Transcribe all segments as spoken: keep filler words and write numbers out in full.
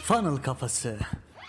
Funnel Kafası.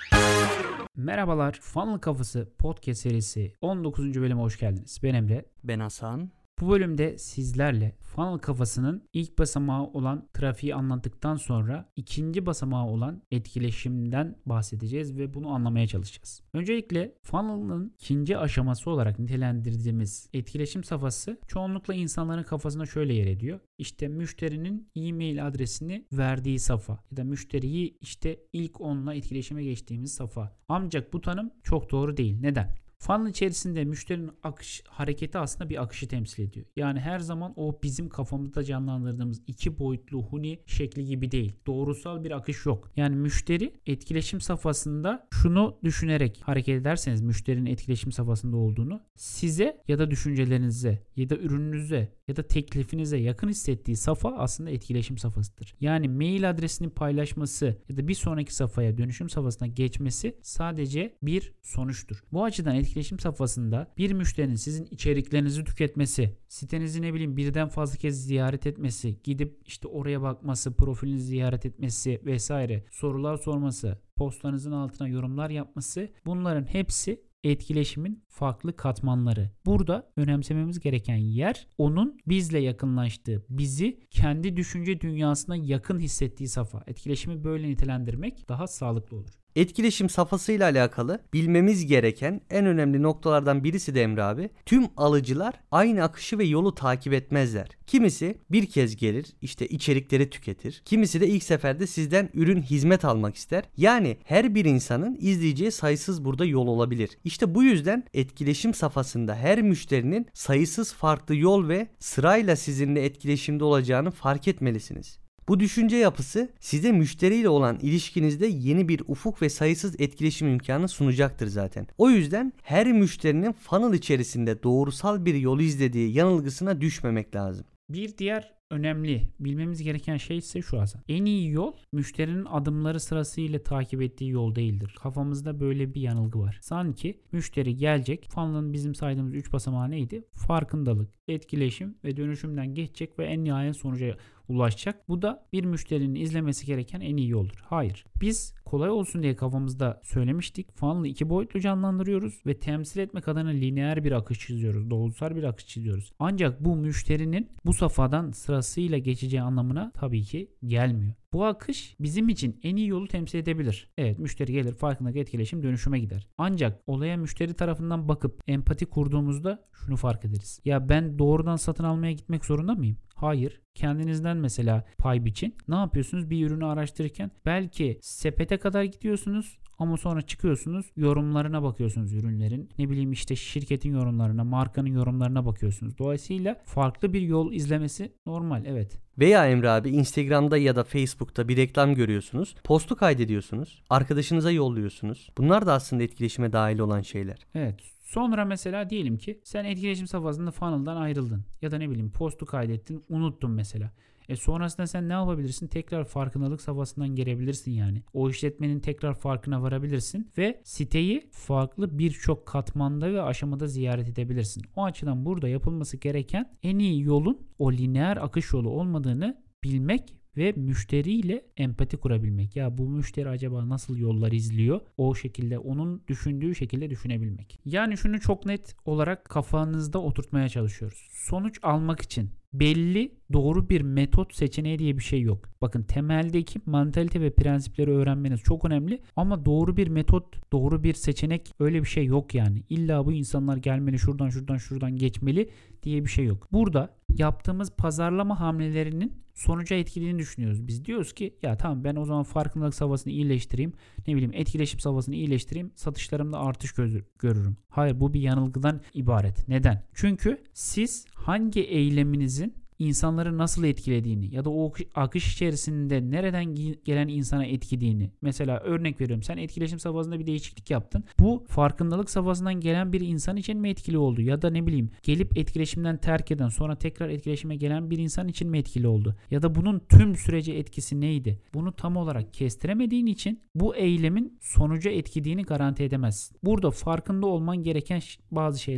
Merhabalar, Funnel Kafası podcast serisi on dokuzuncu bölüme hoş geldiniz. Ben Emre. Ben Hasan. Bu bölümde sizlerle Funnel Kafası'nın ilk basamağı olan trafiği anlattıktan sonra ikinci basamağı olan etkileşimden bahsedeceğiz ve bunu anlamaya çalışacağız. Öncelikle Funnel'ın ikinci aşaması olarak nitelendirdiğimiz etkileşim safhası çoğunlukla insanların kafasında şöyle yer ediyor. İşte müşterinin e-mail adresini verdiği safa ya da müşteriyi işte ilk onunla etkileşime geçtiğimiz safa. Ancak bu tanım çok doğru değil. Neden? Funnel içerisinde müşterinin akış hareketi aslında bir akışı temsil ediyor. Yani her zaman o bizim kafamızda canlandırdığımız iki boyutlu huni şekli gibi değil. Doğrusal bir akış yok. Yani müşteri etkileşim safhasında şunu düşünerek hareket ederseniz müşterinin etkileşim safhasında olduğunu size ya da düşüncelerinize ya da ürününüze ya da teklifinize yakın hissettiği safa aslında etkileşim safhasıdır. Yani mail adresini paylaşması ya da bir sonraki safhaya dönüşüm safhasına geçmesi sadece bir sonuçtur. Bu açıdan etkileşim safhasında bir müşterinin sizin içeriklerinizi tüketmesi, sitenizi ne bileyim birden fazla kez ziyaret etmesi, gidip işte oraya bakması, profilinizi ziyaret etmesi vesaire, sorular sorması, postanızın altına yorumlar yapması, bunların hepsi etkileşimin farklı katmanları. Burada önemsememiz gereken yer onun bizle yakınlaştığı, bizi kendi düşünce dünyasına yakın hissettiği safa. Etkileşimi böyle nitelendirmek daha sağlıklı olur. Etkileşim safhasıyla alakalı bilmemiz gereken en önemli noktalardan birisi de Emre abi, tüm alıcılar aynı akışı ve yolu takip etmezler. Kimisi bir kez gelir, işte içerikleri tüketir. Kimisi de ilk seferde sizden ürün hizmet almak ister. Yani her bir insanın izleyeceği sayısız burada yol olabilir. İşte bu yüzden etkileşim safhasında her müşterinin sayısız farklı yol ve sırayla sizinle etkileşimde olacağını fark etmelisiniz. Bu düşünce yapısı size müşteriyle olan ilişkinizde yeni bir ufuk ve sayısız etkileşim imkanı sunacaktır zaten. O yüzden her müşterinin funnel içerisinde doğrusal bir yolu izlediği yanılgısına düşmemek lazım. Bir diğer önemli bilmemiz gereken şey ise şu aslında. En iyi yol müşterinin adımları sırasıyla takip ettiği yol değildir. Kafamızda böyle bir yanılgı var. Sanki müşteri gelecek. Funnel'ın bizim saydığımız üç basamağı neydi? Farkındalık, etkileşim ve dönüşümden geçecek ve en nihayet sonuca ulaşacak. Bu da bir müşterinin izlemesi gereken en iyi yoldur. Hayır. Biz kolay olsun diye kafamızda söylemiştik. Funnel'ı iki boyutlu canlandırıyoruz ve temsil etmek adına lineer bir akış çiziyoruz. Doğrusal bir akış çiziyoruz. Ancak bu müşterinin bu safhadan sırasıyla geçeceği anlamına tabii ki gelmiyor. Bu akış bizim için en iyi yolu temsil edebilir. Evet, müşteri gelir, farkındalık, etkileşim, dönüşüme gider. Ancak olaya müşteri tarafından bakıp empati kurduğumuzda şunu fark ederiz. Ya ben doğrudan satın almaya gitmek zorunda mıyım? Hayır. Kendinizden mesela pay biçin. Ne yapıyorsunuz? Bir ürünü araştırırken belki sepete kadar gidiyorsunuz ama sonra çıkıyorsunuz, yorumlarına bakıyorsunuz ürünlerin. Ne bileyim işte şirketin yorumlarına, markanın yorumlarına bakıyorsunuz. Dolayısıyla farklı bir yol izlemesi normal, evet. Veya Emre abi Instagram'da ya da Facebook'ta bir reklam görüyorsunuz. Postu kaydediyorsunuz. Arkadaşınıza yolluyorsunuz. Bunlar da aslında etkileşime dahil olan şeyler. Evet. Sonra mesela diyelim ki sen etkileşim safhasında funnel'dan ayrıldın. Ya da ne bileyim postu kaydettin, unuttun mesela. E sonrasında sen ne yapabilirsin? Tekrar farkındalık safhasından gelebilirsin yani. O işletmenin tekrar farkına varabilirsin ve siteyi farklı birçok katmanda ve aşamada ziyaret edebilirsin. O açıdan burada yapılması gereken en iyi yolun o lineer akış yolu olmadığını bilmek ve müşteriyle empati kurabilmek. Ya bu müşteri acaba nasıl yollar izliyor? O şekilde onun düşündüğü şekilde düşünebilmek. Yani şunu çok net olarak kafanızda oturtmaya çalışıyoruz. Sonuç almak için belli doğru bir metot seçeneği diye bir şey yok. Bakın temeldeki mantalite ve prensipleri öğrenmeniz çok önemli ama doğru bir metot, doğru bir seçenek öyle bir şey yok yani. İlla bu insanlar gelmeli, şuradan şuradan şuradan geçmeli diye bir şey yok. Burada yaptığımız pazarlama hamlelerinin sonuca etkilediğini düşünüyoruz. Biz diyoruz ki ya tamam ben o zaman farkındalık safhasını iyileştireyim. Ne bileyim etkileşim safhasını iyileştireyim. Satışlarımda artış gözü, görürüm. Hayır, bu bir yanılgıdan ibaret. Neden? Çünkü siz hangi eyleminizin insanları nasıl etkilediğini ya da o akış içerisinde nereden gelen insana etkilediğini. Mesela örnek veriyorum, sen etkileşim safhasında bir değişiklik yaptın. Bu farkındalık safhasından gelen bir insan için mi etkili oldu? Ya da ne bileyim gelip etkileşimden terk eden sonra tekrar etkileşime gelen bir insan için mi etkili oldu? Ya da bunun tüm sürece etkisi neydi? Bunu tam olarak kestiremediğin için bu eylemin sonuca etkilediğini garanti edemezsin. Burada farkında olman gereken bazı şeyler var.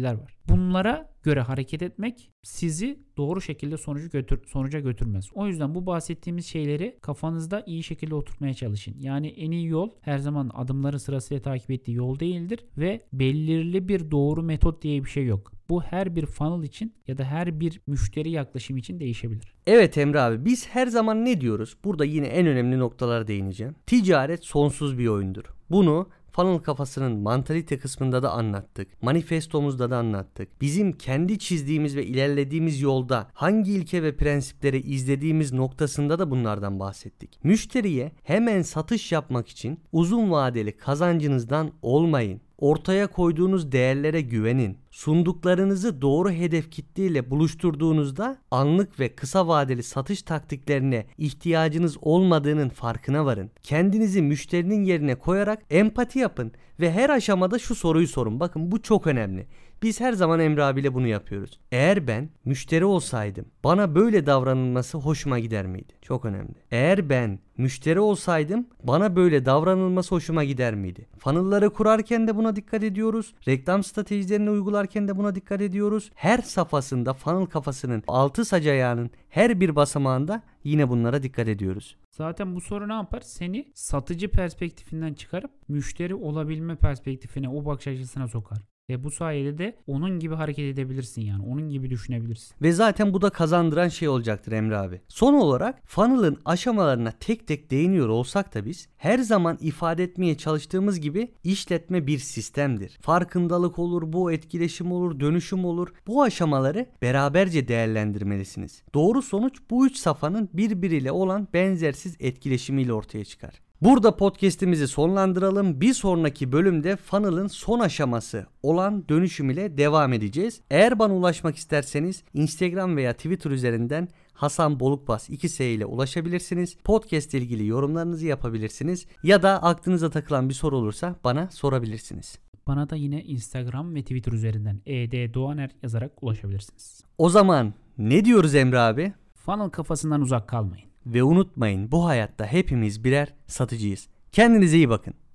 bunlara göre hareket etmek sizi doğru şekilde sonucu götür, sonuca götürmez. O yüzden bu bahsettiğimiz şeyleri kafanızda iyi şekilde oturtmaya çalışın. Yani en iyi yol her zaman adımların sırasıyla takip ettiği yol değildir ve belirli bir doğru metot diye bir şey yok. Bu her bir funnel için ya da her bir müşteri yaklaşım için değişebilir. Evet Emre abi, biz her zaman ne diyoruz? Burada yine en önemli noktalara değineceğim. Ticaret sonsuz bir oyundur. Bunu Funnel Kafası'nın mantalite kısmında da anlattık. Manifestomuzda da anlattık. Bizim kendi çizdiğimiz ve ilerlediğimiz yolda hangi ilke ve prensipleri izlediğimiz noktasında da bunlardan bahsettik. Müşteriye hemen satış yapmak için uzun vadeli kazancınızdan olmayın. Ortaya koyduğunuz değerlere güvenin. Sunduklarınızı doğru hedef kitleyle buluşturduğunuzda anlık ve kısa vadeli satış taktiklerine ihtiyacınız olmadığının farkına varın. Kendinizi müşterinin yerine koyarak empati yapın ve her aşamada şu soruyu sorun. Bakın bu çok önemli. Biz her zaman Emre abiyle bunu yapıyoruz. Eğer ben müşteri olsaydım bana böyle davranılması hoşuma gider miydi? Çok önemli. Eğer ben müşteri olsaydım bana böyle davranılması hoşuma gider miydi? Funnel'ları kurarken de buna dikkat ediyoruz. Reklam stratejilerini uygularken de buna dikkat ediyoruz. Her safhasında Funnel Kafası'nın altı sac ayağının her bir basamağında yine bunlara dikkat ediyoruz. Zaten bu soru ne yapar? Seni satıcı perspektifinden çıkarıp müşteri olabilme perspektifine, o bakış açısına sokar. Ve bu sayede de onun gibi hareket edebilirsin yani. Onun gibi düşünebilirsin. Ve zaten bu da kazandıran şey olacaktır Emre abi. Son olarak funnel'ın aşamalarına tek tek değiniyor olsak da biz her zaman ifade etmeye çalıştığımız gibi işletme bir sistemdir. Farkındalık olur, bu etkileşim olur, dönüşüm olur. Bu aşamaları beraberce değerlendirmelisiniz. Doğru sonuç bu üç safhanın birbiriyle olan benzersiz etkileşimiyle ortaya çıkar. Burada podcast'imizi sonlandıralım. Bir sonraki bölümde funnel'ın son aşaması olan dönüşüm ile devam edeceğiz. Eğer bana ulaşmak isterseniz Instagram veya Twitter üzerinden Hasan Bolukbaz iki S ile ulaşabilirsiniz. Podcast ile ilgili yorumlarınızı yapabilirsiniz. Ya da aklınıza takılan bir soru olursa bana sorabilirsiniz. Bana da yine Instagram ve Twitter üzerinden E D Doğaner yazarak ulaşabilirsiniz. O zaman ne diyoruz Emre abi? Funnel kafasından uzak kalmayın. Ve unutmayın, bu hayatta hepimiz birer satıcıyız. Kendinize iyi bakın.